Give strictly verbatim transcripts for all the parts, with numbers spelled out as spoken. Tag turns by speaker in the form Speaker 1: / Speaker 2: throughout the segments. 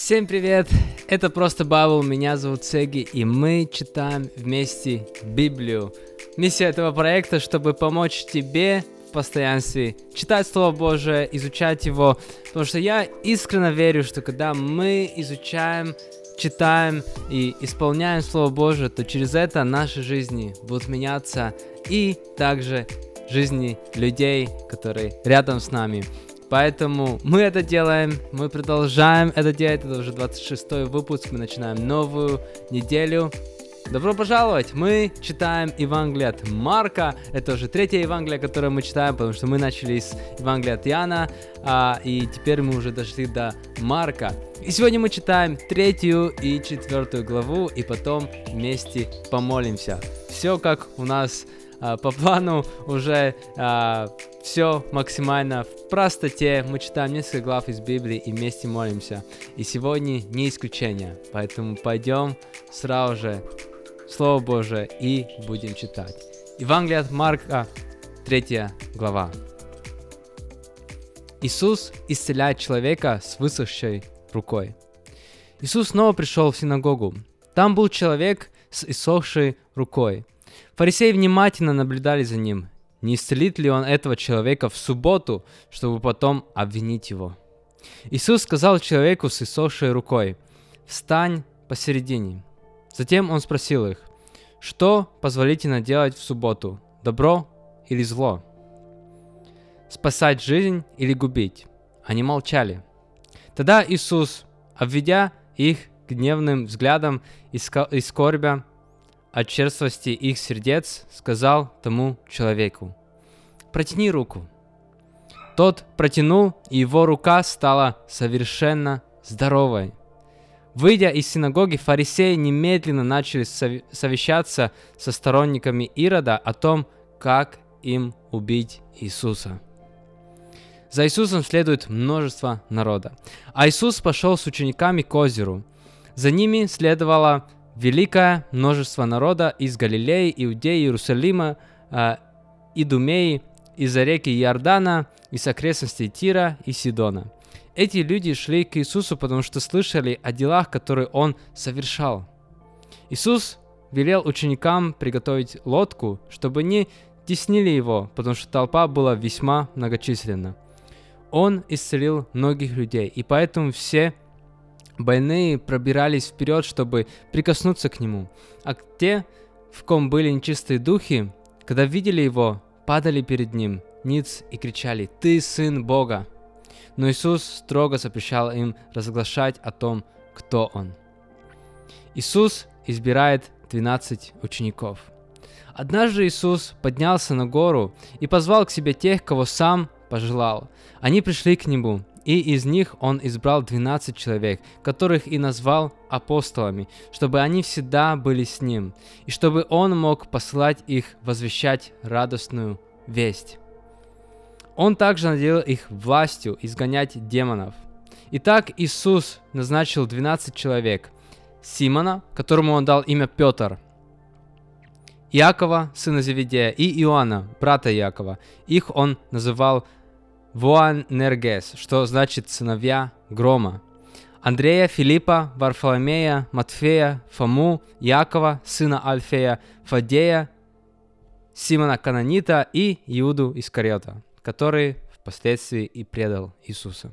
Speaker 1: Всем привет! Это просто Бабл, меня зовут Сеги, и мы читаем вместе Библию. Миссия этого проекта, чтобы помочь тебе в постоянстве читать Слово Божие, изучать его, потому что я искренне верю, что когда мы изучаем, читаем и исполняем Слово Божие, то через это наши жизни будут меняться, и также жизни людей, которые рядом с нами. Поэтому мы это делаем, мы продолжаем это делать, это уже двадцать шестой выпуск, мы начинаем новую неделю. Добро пожаловать! Мы читаем Евангелие от Марка, это уже третье Евангелие, которое мы читаем, потому что мы начали с Евангелия от Иоанна, а, и теперь мы уже дошли до Марка. И сегодня мы читаем третью и четвертую главу, и потом вместе помолимся. Все как у нас а, по плану уже... А, Все максимально в простоте. Мы читаем несколько глав из Библии и вместе молимся. И сегодня не исключение. Поэтому пойдем сразу же в Слово Божие и будем читать. Евангелие от Марка, третья глава. Иисус исцеляет человека с высохшей рукой. Иисус снова пришел в синагогу. Там был человек с иссохшей рукой. Фарисеи внимательно наблюдали за ним. Не исцелит ли он этого человека в субботу, чтобы потом обвинить его? Иисус сказал человеку с иссохшей рукой: «Встань посередине». Затем он спросил их: «Что позволительно делать в субботу, добро или зло? Спасать жизнь или губить?» Они молчали. Тогда Иисус, обведя их гневным взглядом и скорбя от черствости их сердец, сказал тому человеку: «Протяни руку». Тот протянул, и его рука стала совершенно здоровой. Выйдя из синагоги, фарисеи немедленно начали совещаться со сторонниками Ирода о том, как им убить Иисуса. За Иисусом следует множество народа, а Иисус пошел с учениками к озеру. За ними следовало великое множество народа из Галилеи, Иудеи, Иерусалима, э, Идумеи, из-за реки Иордана, из окрестностей Тира и Сидона. Эти люди шли к Иисусу, потому что слышали о делах, которые Он совершал. Иисус велел ученикам приготовить лодку, чтобы не теснили Его, потому что толпа была весьма многочисленна. Он исцелил многих людей, и поэтому все больные пробирались вперед, чтобы прикоснуться к Нему, а те, в ком были нечистые духи, когда видели Его, падали перед Ним ниц и кричали: «Ты Сын Бога!» Но Иисус строго запрещал им разглашать о том, кто Он. Иисус избирает двенадцать учеников. Однажды Иисус поднялся на гору и позвал к себе тех, кого Сам пожелал. Они пришли к Нему, и из них Он избрал двенадцать человек, которых и назвал апостолами, чтобы они всегда были с Ним, и чтобы Он мог посылать их возвещать радостную весть. Он также наделил их властью изгонять демонов. Итак, Иисус назначил двенадцать человек: Симона, которому Он дал имя Петр, Иакова, сына Зеведея, и Иоанна, брата Иакова. Их Он называл Боанергес, что значит «сыновья грома», Андрея, Филиппа, Варфоломея, Матфея, Фому, Иакова, сына Альфея, Фадея, Симона Кананита и Иуду Искариота, который впоследствии и предал Иисуса.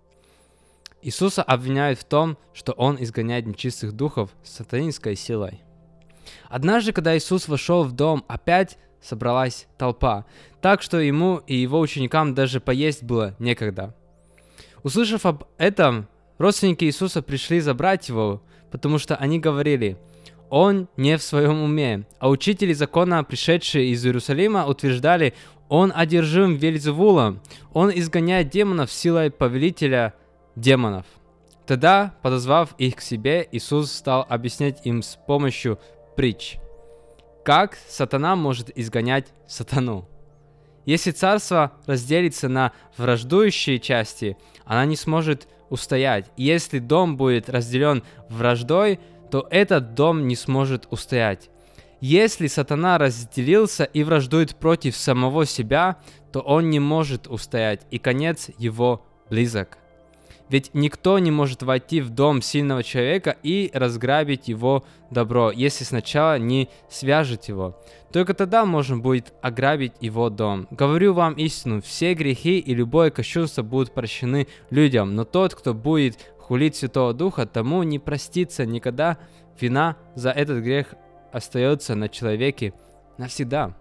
Speaker 1: Иисуса обвиняют в том, что Он изгоняет нечистых духов с сатанинской силой. Однажды, когда Иисус вошел в дом, опять собралась толпа, так что ему и его ученикам даже поесть было некогда. Услышав об этом, родственники Иисуса пришли забрать его, потому что они говорили: «Он не в своем уме». А учители закона, пришедшие из Иерусалима, утверждали: «Он одержим Вельзевулом, он изгоняет демонов силой повелителя демонов». Тогда, подозвав их к себе, Иисус стал объяснять им с помощью притч, как сатана может изгонять сатану. Если царство разделится на враждующие части, она не сможет устоять. И если дом будет разделен враждой, то этот дом не сможет устоять. Если сатана разделился и враждует против самого себя, то он не может устоять, и конец его близок. Ведь никто не может войти в дом сильного человека и разграбить его добро, если сначала не свяжет его. Только тогда можно будет ограбить его дом. Говорю вам истину, все грехи и любое кощунство будут прощены людям, но тот, кто будет хулить Святого Духа, тому не простится никогда. Вина за этот грех остается на человеке навсегда.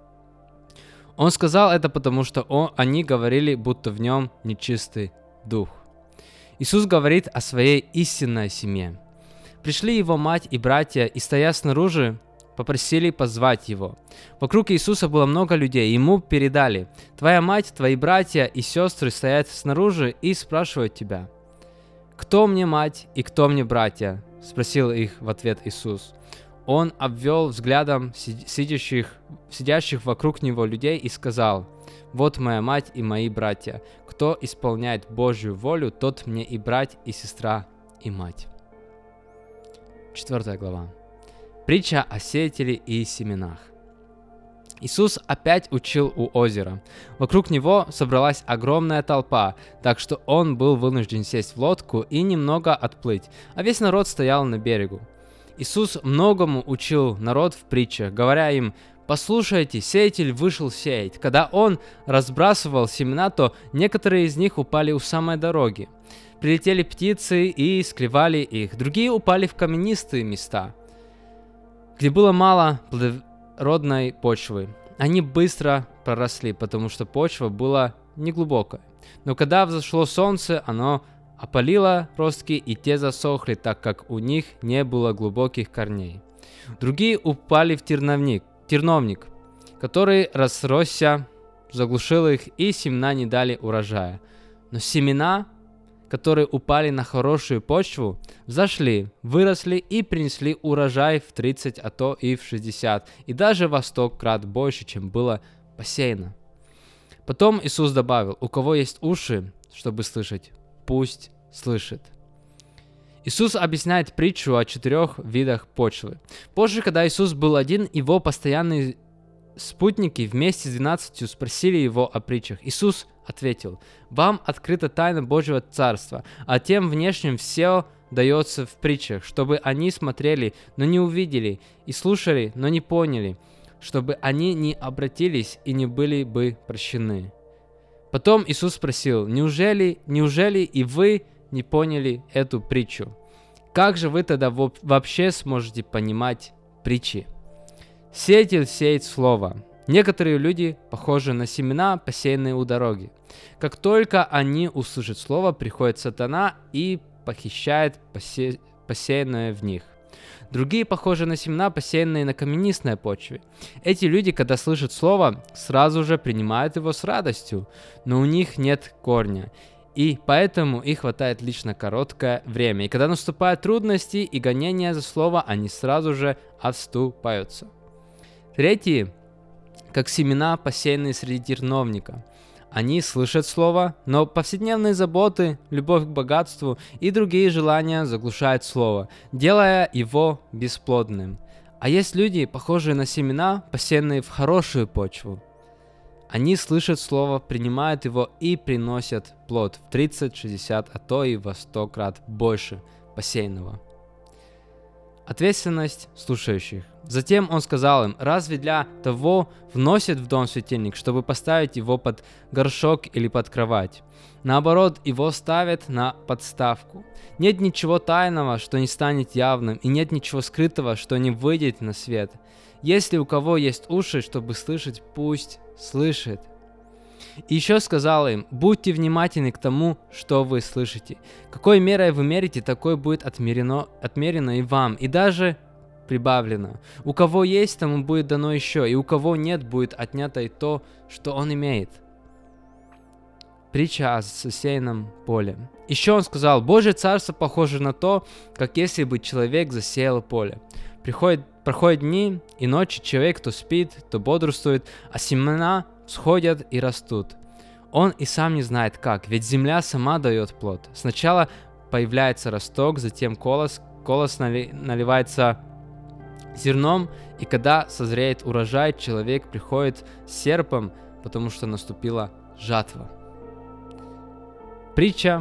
Speaker 1: Он сказал это потому, что он, они говорили, будто в нем нечистый дух. Иисус говорит о своей истинной семье. Пришли его мать и братья, и, стоя снаружи, попросили позвать его. Вокруг Иисуса было много людей, ему передали: «Твоя мать, твои братья и сестры стоят снаружи и спрашивают тебя». «Кто мне мать и кто мне братья?» — спросил их в ответ Иисус. Он обвел взглядом сидящих, сидящих вокруг него людей и сказал: «Вот моя мать и мои братья. Кто исполняет Божью волю, тот мне и брат, и сестра, и мать». Четвертая глава. Притча о сеятеле и семенах. Иисус опять учил у озера. Вокруг него собралась огромная толпа, так что он был вынужден сесть в лодку и немного отплыть, а весь народ стоял на берегу. Иисус многому учил народ в притчах, говоря им: «Послушайте, сеятель вышел сеять. Когда он разбрасывал семена, то некоторые из них упали у самой дороги. Прилетели птицы и склевали их. Другие упали в каменистые места, где было мало плодородной почвы. Они быстро проросли, потому что почва была неглубокая. Но когда взошло солнце, оно опалило ростки, и те засохли, так как у них не было глубоких корней. Другие упали в терновник, терновник, который разросся, заглушил их, и семена не дали урожая. Но семена, которые упали на хорошую почву, взошли, выросли и принесли урожай в тридцать, а то и в шестьдесят, и даже во сто крат больше, чем было посеяно». Потом Иисус добавил: «У кого есть уши, чтобы слышать, пусть слышит». Иисус объясняет притчу о четырех видах почвы. Позже, когда Иисус был один, его постоянные спутники вместе с двенадцатью спросили его о притчах. Иисус ответил: «Вам открыта тайна Божьего Царства, а тем внешним все дается в притчах, чтобы они смотрели, но не увидели, и слушали, но не поняли, чтобы они не обратились и не были бы прощены». Потом Иисус спросил: «Неужели, неужели и вы не поняли эту притчу? Как же вы тогда вообще сможете понимать притчи?» Сеятель сеет слово. Некоторые люди похожи на семена, посеянные у дороги. Как только они услышат слово, приходит сатана и похищает посе... посеянное в них. Другие похожи на семена, посеянные на каменистой почве. Эти люди, когда слышат слово, сразу же принимают его с радостью, но у них нет корня, и поэтому их хватает лишь на короткое время. И когда наступают трудности и гонения за слово, они сразу же отступаются. Третьи, как семена, посеянные среди терновника. Они слышат слово, но повседневные заботы, любовь к богатству и другие желания заглушают слово, делая его бесплодным. А есть люди, похожие на семена, посеянные в хорошую почву. Они слышат слово, принимают его и приносят плод в тридцать, шестьдесят, а то и во сто крат больше посеянного. Ответственность слушающих. Затем он сказал им: «Разве для того вносят в дом светильник, чтобы поставить его под горшок или под кровать? Наоборот, его ставят на подставку. Нет ничего тайного, что не станет явным, и нет ничего скрытого, что не выйдет на свет. Если у кого есть уши, чтобы слышать, пусть слышит». И еще сказал им: «Будьте внимательны к тому, что вы слышите. Какой мерой вы мерите, такой будет отмерено, отмерено и вам, и даже прибавлено. У кого есть, тому будет дано еще, и у кого нет, будет отнято и то, что он имеет». Притча о засеянном поле. Еще он сказал: «Божье царство похоже на то, как если бы человек засеял поле. Приходит, проходят дни и ночи, человек то спит, то бодрствует, а семена всходят и растут. Он и сам не знает как, ведь земля сама дает плод. Сначала появляется росток, затем колос, колос нали, наливается зерном, и когда созреет урожай, человек приходит с серпом, потому что наступила жатва». Притча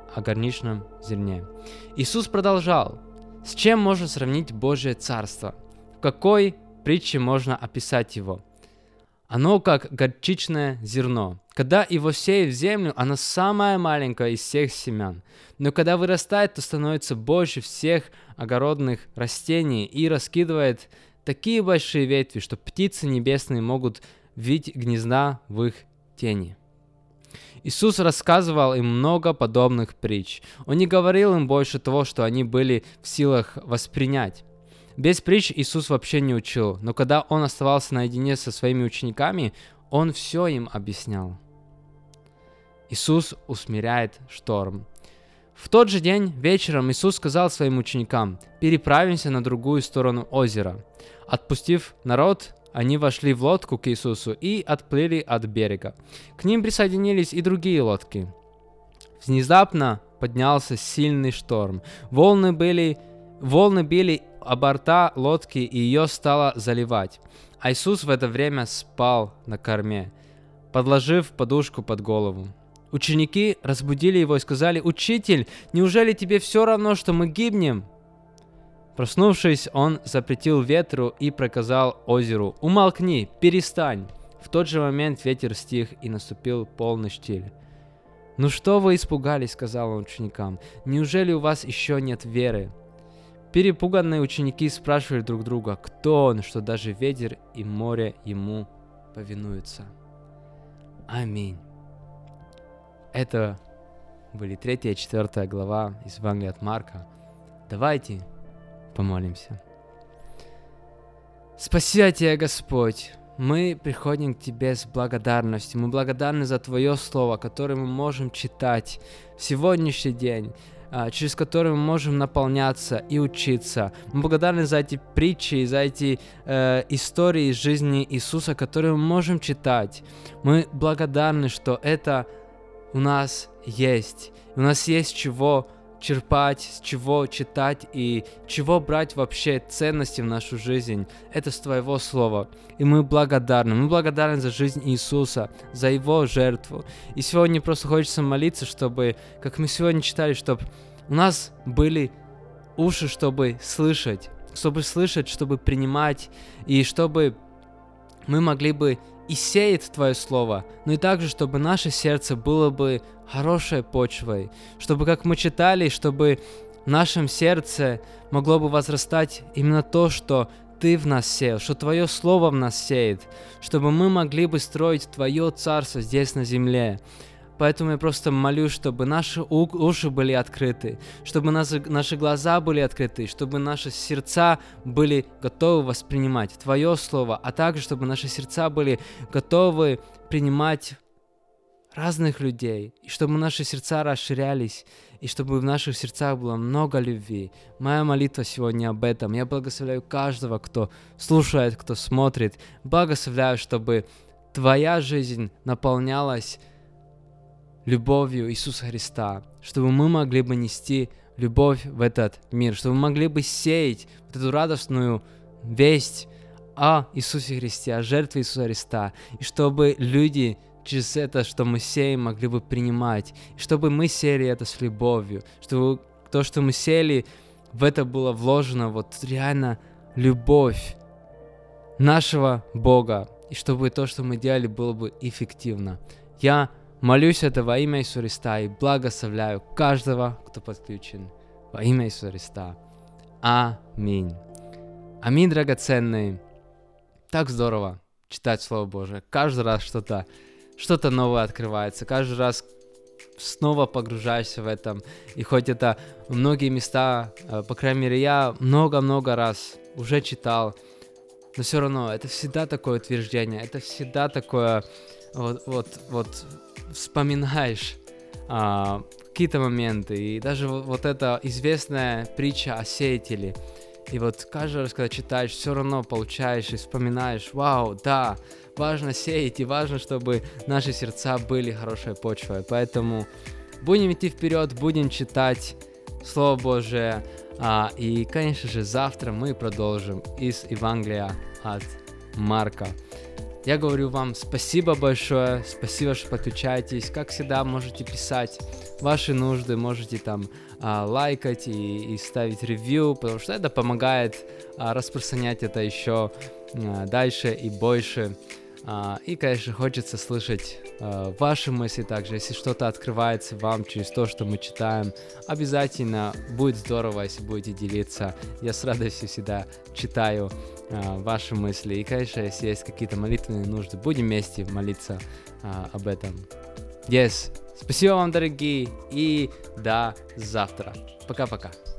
Speaker 1: о горничном зерне. Иисус продолжал: с чем можно сравнить Божие Царство? В какой притче можно описать его? Оно как горчичное зерно. Когда его сеют в землю, оно самое маленькое из всех семян. Но когда вырастает, то становится больше всех огородных растений и раскидывает такие большие ветви, что птицы небесные могут видеть гнезда в их тени. Иисус рассказывал им много подобных притч. Он не говорил им больше того, что они были в силах воспринять. Без притч Иисус вообще не учил, но когда Он оставался наедине со своими учениками, Он все им объяснял. Иисус усмиряет шторм. В тот же день вечером Иисус сказал своим ученикам: «Переправимся на другую сторону озера». Отпустив народ, они вошли в лодку к Иисусу и отплыли от берега. К ним присоединились и другие лодки. Внезапно поднялся сильный шторм. Волны были, волны били о борта лодки, и ее стало заливать. А Иисус в это время спал на корме, подложив подушку под голову. Ученики разбудили его и сказали: «Учитель, неужели тебе все равно, что мы гибнем?» Проснувшись, он запретил ветру и приказал озеру: «Умолкни, перестань». В тот же момент ветер стих, и наступил полный штиль. «Ну что вы испугались?» — сказал он ученикам. «Неужели у вас еще нет веры?» Перепуганные ученики спрашивали друг друга: кто он, что даже ветер и море ему повинуются? Аминь. Это были третья и четвертая глава из Евангелия от Марка. Давайте помолимся. Спаси Тебя, Господь. Мы приходим к Тебе с благодарностью. Мы благодарны за Твое Слово, которое мы можем читать в сегодняшний день, через который мы можем наполняться и учиться. Мы благодарны за эти притчи, за эти э, истории из жизни Иисуса, которые мы можем читать. Мы благодарны, что это у нас есть. У нас есть чего черпать, с чего читать и чего брать вообще ценности в нашу жизнь. Это с Твоего Слова. И мы благодарны. Мы благодарны за жизнь Иисуса, за Его жертву. И сегодня просто хочется молиться, чтобы, как мы сегодня читали, чтобы у нас были уши, чтобы слышать, чтобы слышать, чтобы принимать, и чтобы мы могли бы и сеять Твое Слово, но и также, чтобы наше сердце было бы хорошей почвой, чтобы, как мы читали, чтобы в нашем сердце могло бы возрастать именно то, что Ты в нас сеял, что Твое Слово в нас сеет, чтобы мы могли бы строить Твое Царство здесь на земле. Поэтому я просто молюсь, чтобы наши уши были открыты, чтобы наши, наши глаза были открыты, чтобы наши сердца были готовы воспринимать Твое Слово, а также чтобы наши сердца были готовы принимать разных людей, и чтобы наши сердца расширялись, и чтобы в наших сердцах было много любви. Моя молитва сегодня об этом. Я благословляю каждого, кто слушает, кто смотрит. Благословляю, чтобы Твоя жизнь наполнялась любовью Иисуса Христа, чтобы мы могли бы нести любовь в этот мир, чтобы мы могли бы сеять вот эту радостную весть о Иисусе Христе, о жертве Иисуса Христа, и чтобы люди через это, что мы сеем, могли бы принимать, и чтобы мы сеяли это с любовью, чтобы то, что мы сеяли, в это было вложено вот реально любовь нашего Бога, и чтобы то, что мы делали, было бы эффективно. Я молюсь это во имя Иисуса Христа и благословляю каждого, кто подключен. Во имя Иисуса Христа. Аминь. Аминь, драгоценные. Так здорово читать Слово Божие. Каждый раз что-то, что-то новое открывается. Каждый раз снова погружаешься в этом. И хоть это многие места, по крайней мере, я много-много раз уже читал, но все равно это всегда такое утверждение, это всегда такое вот, вот, вот вспоминаешь а, какие-то моменты. И даже вот, вот эта известная притча о сеятеле. И вот каждый раз, когда читаешь, все равно получаешь и вспоминаешь: вау, да, важно сеять, и важно, чтобы наши сердца были хорошей почвой. Поэтому будем идти вперед, будем читать Слово Божие. А, и, конечно же, завтра мы продолжим из Евангелия от Марка. Я говорю вам спасибо большое, спасибо, что подключаетесь. Как всегда, можете писать ваши нужды, можете там а, лайкать и, и ставить ревью, потому что это помогает а, распространять это еще а, дальше и больше. А, и, конечно, хочется слышать а, ваши мысли также. Если что-то открывается вам через то, что мы читаем, обязательно будет здорово, если будете делиться. Я с радостью всегда читаю а, ваши мысли. И, конечно, если есть какие-то молитвенные нужды, будем вместе молиться а, об этом. Yes. Спасибо вам, дорогие, и до завтра. Пока-пока.